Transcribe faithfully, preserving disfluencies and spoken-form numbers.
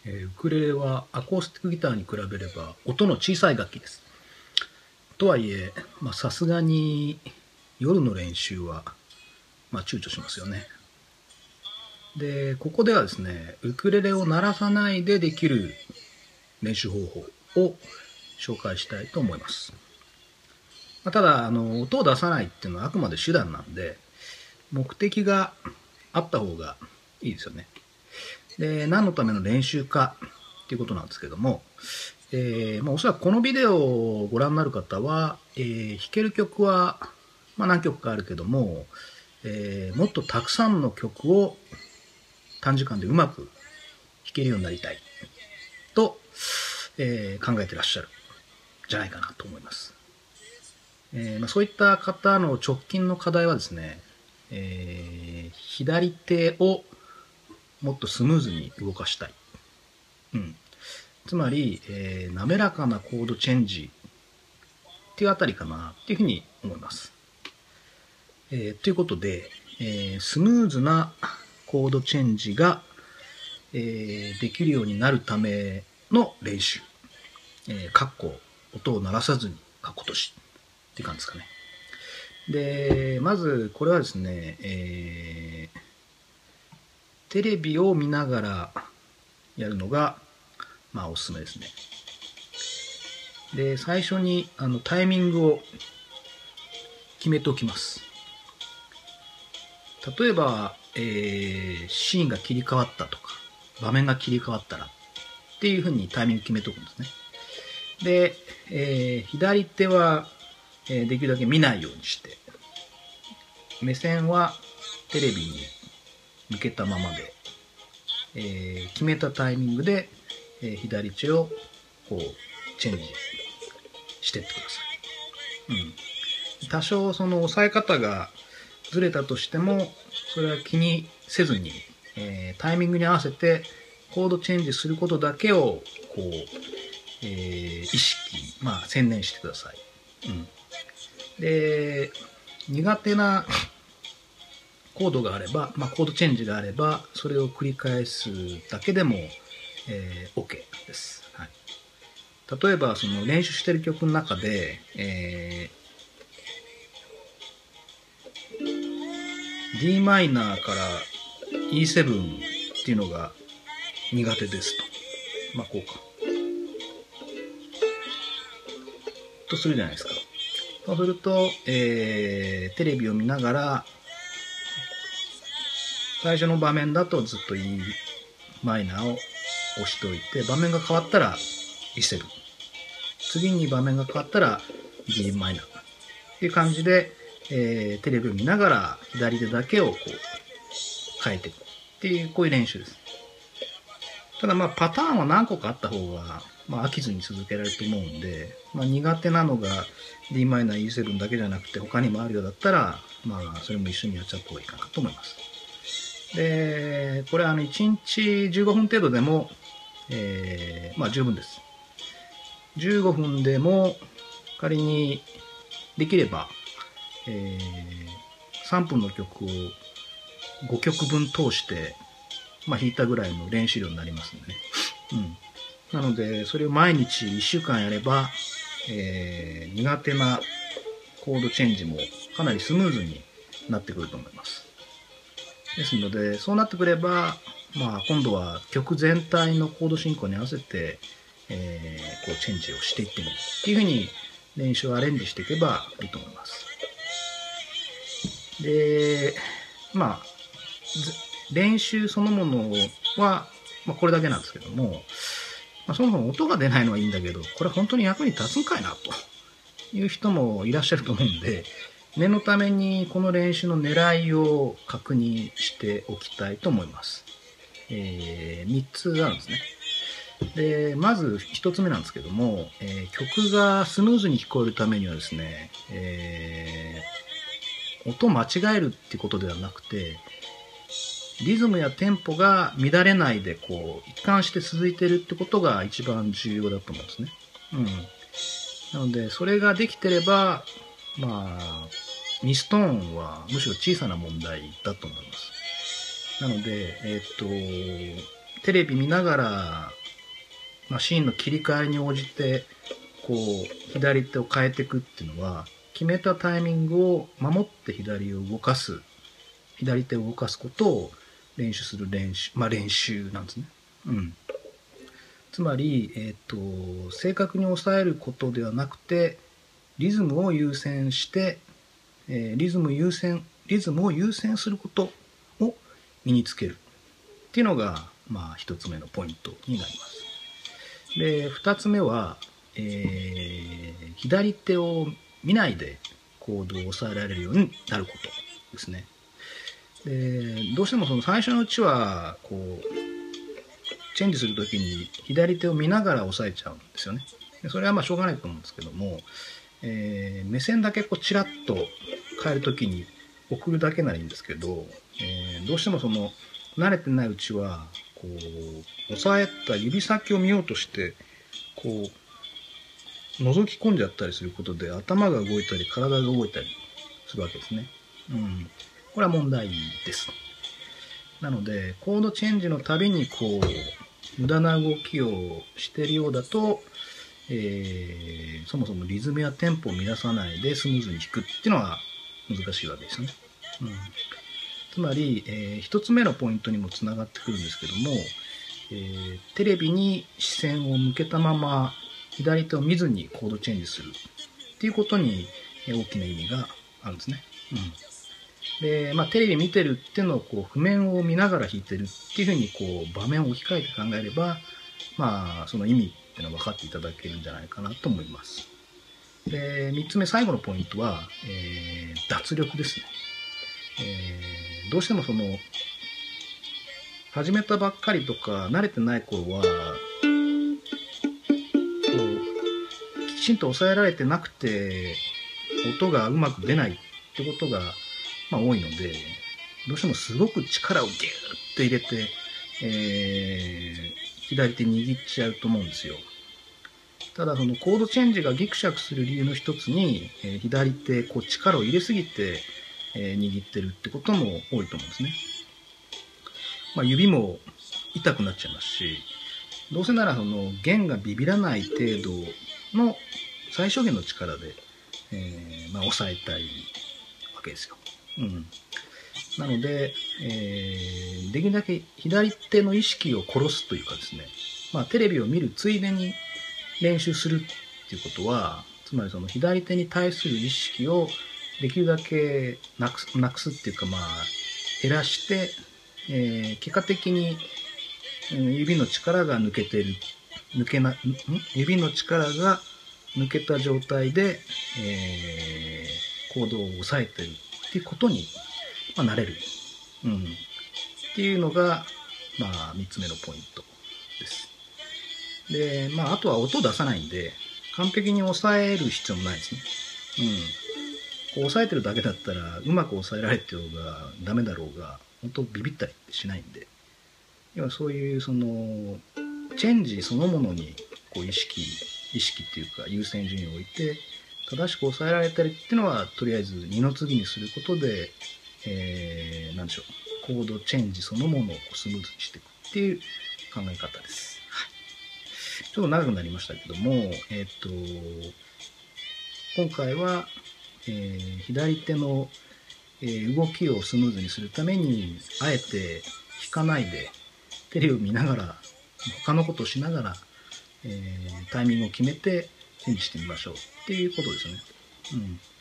えーウクレレはアコースティックギターに比べれば音の小さい楽器です。とはいえ、さすがに夜の練習は、まあ、躊躇しますよね。で、ここではですね、ウクレレを鳴らさないでできる練習方法を紹介したいと思います。まあ、ただあの、音を出さないっていうのはあくまで手段なんで、目的があった方がいいですよね。で、何のための練習かっていうことなんですけども、えーまあ、おそらくこのビデオをご覧になる方は、えー弾ける曲は、まあ、何曲かあるけども、えーもっとたくさんの曲を短時間でうまく弾けるようになりたいと、えー考えてらっしゃるんじゃないかなと思います。えーまあ、そういった方の直近の課題はですね、えー左手をもっとスムーズに動かしたい。うん、つまり、えー滑らかなコードチェンジっていうあたりかなっていうふうに思います。えーということで、えースムーズなコードチェンジが、えーできるようになるための練習。えー、かっこ音を鳴らさずにかっことしっていう感じですかね。で、まずこれはですね、えーテレビを見ながらやるのが、まあ、おすすめですね。で、最初にあのタイミングを決めておきます。例えば、えーシーンが切り替わったとか、場面が切り替わったらっていうふうにタイミング決めておくんですね。で、えー左手は、えーできるだけ見ないようにして、目線はテレビに向けたままで、えー決めたタイミングで、えー左手をこうチェンジしてってください。うん、多少その押さえ方がずれたとしてもそれは気にせずに、えータイミングに合わせてコードチェンジすることだけをこう、えー意識、まあ、専念してください。うん、で、苦手なコードがあれば、まあ、コードチェンジがあればそれを繰り返すだけでも、えー OK です。はい、例えばその練習してる曲の中で、えー ディー マイナーから イーセブン っていうのが苦手ですと。まあこうか。とするじゃないですか。そうすると、えー、テレビを見ながら、最初の場面だとずっと E マイナーを押しておいて、場面が変わったら イーセブン。次に場面が変わったら ディー マイナー。っていう感じで、えー、テレビを見ながら左手だけをこう変えていくっていう、こういう練習です。ただまあパターンは何個かあった方が、まあ、飽きずに続けられると思うんで、まあ、苦手なのが ディー マイナー イーセブン だけじゃなくて他にもあるようだったら、まあそれも一緒にやっちゃった方がいいかなと思います。で、これはあのいちにちじゅうごふん程度でも、えー、まあ十分です。じゅうごふんでも仮にできれば、えー、さんぷんの曲をごきょくぶん通して、まあ、弾いたぐらいの練習量になりますんでね。うん、なのでそれを毎日いっしゅうかんやれば、えー、苦手なコードチェンジもかなりスムーズになってくると思います。ですのでそうなってくれば、まあ、今度は曲全体のコード進行に合わせて、えー、こうチェンジをしていってみるっていうふうに練習をアレンジしていけばいいと思います。で、まあ練習そのものは、まあ、これだけなんですけども、まあ、そもそも音が出ないのはいいんだけど、これ本当に役に立つんかいなという人もいらっしゃると思うんで、念のためにこの練習の狙いを確認しておきたいと思います。えー、みっつあるんですね。で、まずひとつめなんですけども、えー、曲がスムーズに聞こえるためにはですね、えー、音を間違えるっていうことではなくて、リズムやテンポが乱れないでこう一貫して続いてるってことが一番重要だと思うんですね。うん。なのでそれができてれば、まあミストーンはむしろ小さな問題だと思います。なので、えー、っとテレビ見ながらまあ、シーンの切り替えに応じてこう左手を変えていくっていうのは、決めたタイミングを守って左を動かす、左手を動かすことを練習する練習、まあ、練習なんですね。うん、つまり、えーと、正確に抑えることではなくて、リズムを優先して、えー、リズム優先リズムを優先することを身につけるっていうのが、まあ、一つ目のポイントになります。で、二つ目は、えー、左手を見ないで行動を抑えられるようになることですね。で、どうしてもその最初のうちはこうチェンジするときに左手を見ながら抑えちゃうんですよね。でそれはまあしょうがないと思うんですけども、えー、目線だけこうチラッと変えるときに送るだけならいいんですけど、えー、どうしてもその慣れてないうちはこう押さえた指先を見ようとしてこう覗き込んじゃったりすることで頭が動いたり体が動いたりするわけですね。うん、これは問題です。なのでコードチェンジのたびにこう無駄な動きをしているようだと、えー、そもそもリズムやテンポを乱さないでスムーズに弾くっていうのは難しいわけですよね。うん、つまり、えー、一つ目のポイントにもつながってくるんですけども、えー、テレビに視線を向けたまま左手を見ずにコードチェンジするっていうことに大きな意味があるんですね。うん、で、まあ、テレビ見てるっていうのをこう譜面を見ながら弾いてるっていうふうにこう場面を置き換えて考えれば、まあ、その意味っていうのは分かっていただけるんじゃないかなと思います。で、みっつめ、最後のポイントは、えー、脱力ですね。えー、どうしてもその始めたばっかりとか慣れてない頃はこうきちんと抑えられてなくて音がうまく出ないってことが、まあ、多いので、どうしてもすごく力をギューッと入れて、えー、左手握っちゃうと思うんですよ。ただそのコードチェンジがギクシャクする理由の一つに、えー、左手こう力を入れすぎて、えー、握ってるってことも多いと思うんですね。まあ、指も痛くなっちゃいますし、どうせならその弦がビビらない程度の最小限の力で、えーまあ、抑えたいわけですよ。うん、なので、えー、できるだけ左手の意識を殺すというかですね、まあ、テレビを見るついでに練習するっていうことは、つまりその左手に対する意識をできるだけなくす、なくすっていうか、まあ、減らして、えー、結果的に、うん、指の力が抜けてる、抜けな、ん指の力が抜けた状態で、えー、行動を抑えてるっていうことに、まあ、なれる、うん、っていうのが、まあ、みっつめのポイントです。で、まあ、あとは音を出さないんで、完璧に抑える必要もないですね。うん。こう抑えてるだけだったら、うまく抑えられてようが、ダメだろうが、本当ビビったりってしないんで。要はそういう、その、チェンジそのものに、こう、意識、意識っていうか、優先順位を置いて、正しく抑えられたりっていうのは、とりあえず二の次にすることで、えー、なんでしょう、コードチェンジそのものをスムーズにしていくっていう考え方です。はい、ちょっと長くなりましたけども、えっと、今回は、えー、左手の、えー、動きをスムーズにするために、あえて弾かないで、テレビを見ながら、他のことをしながら、えー、タイミングを決めてチェンジしてみましょうっていうことですよね。うん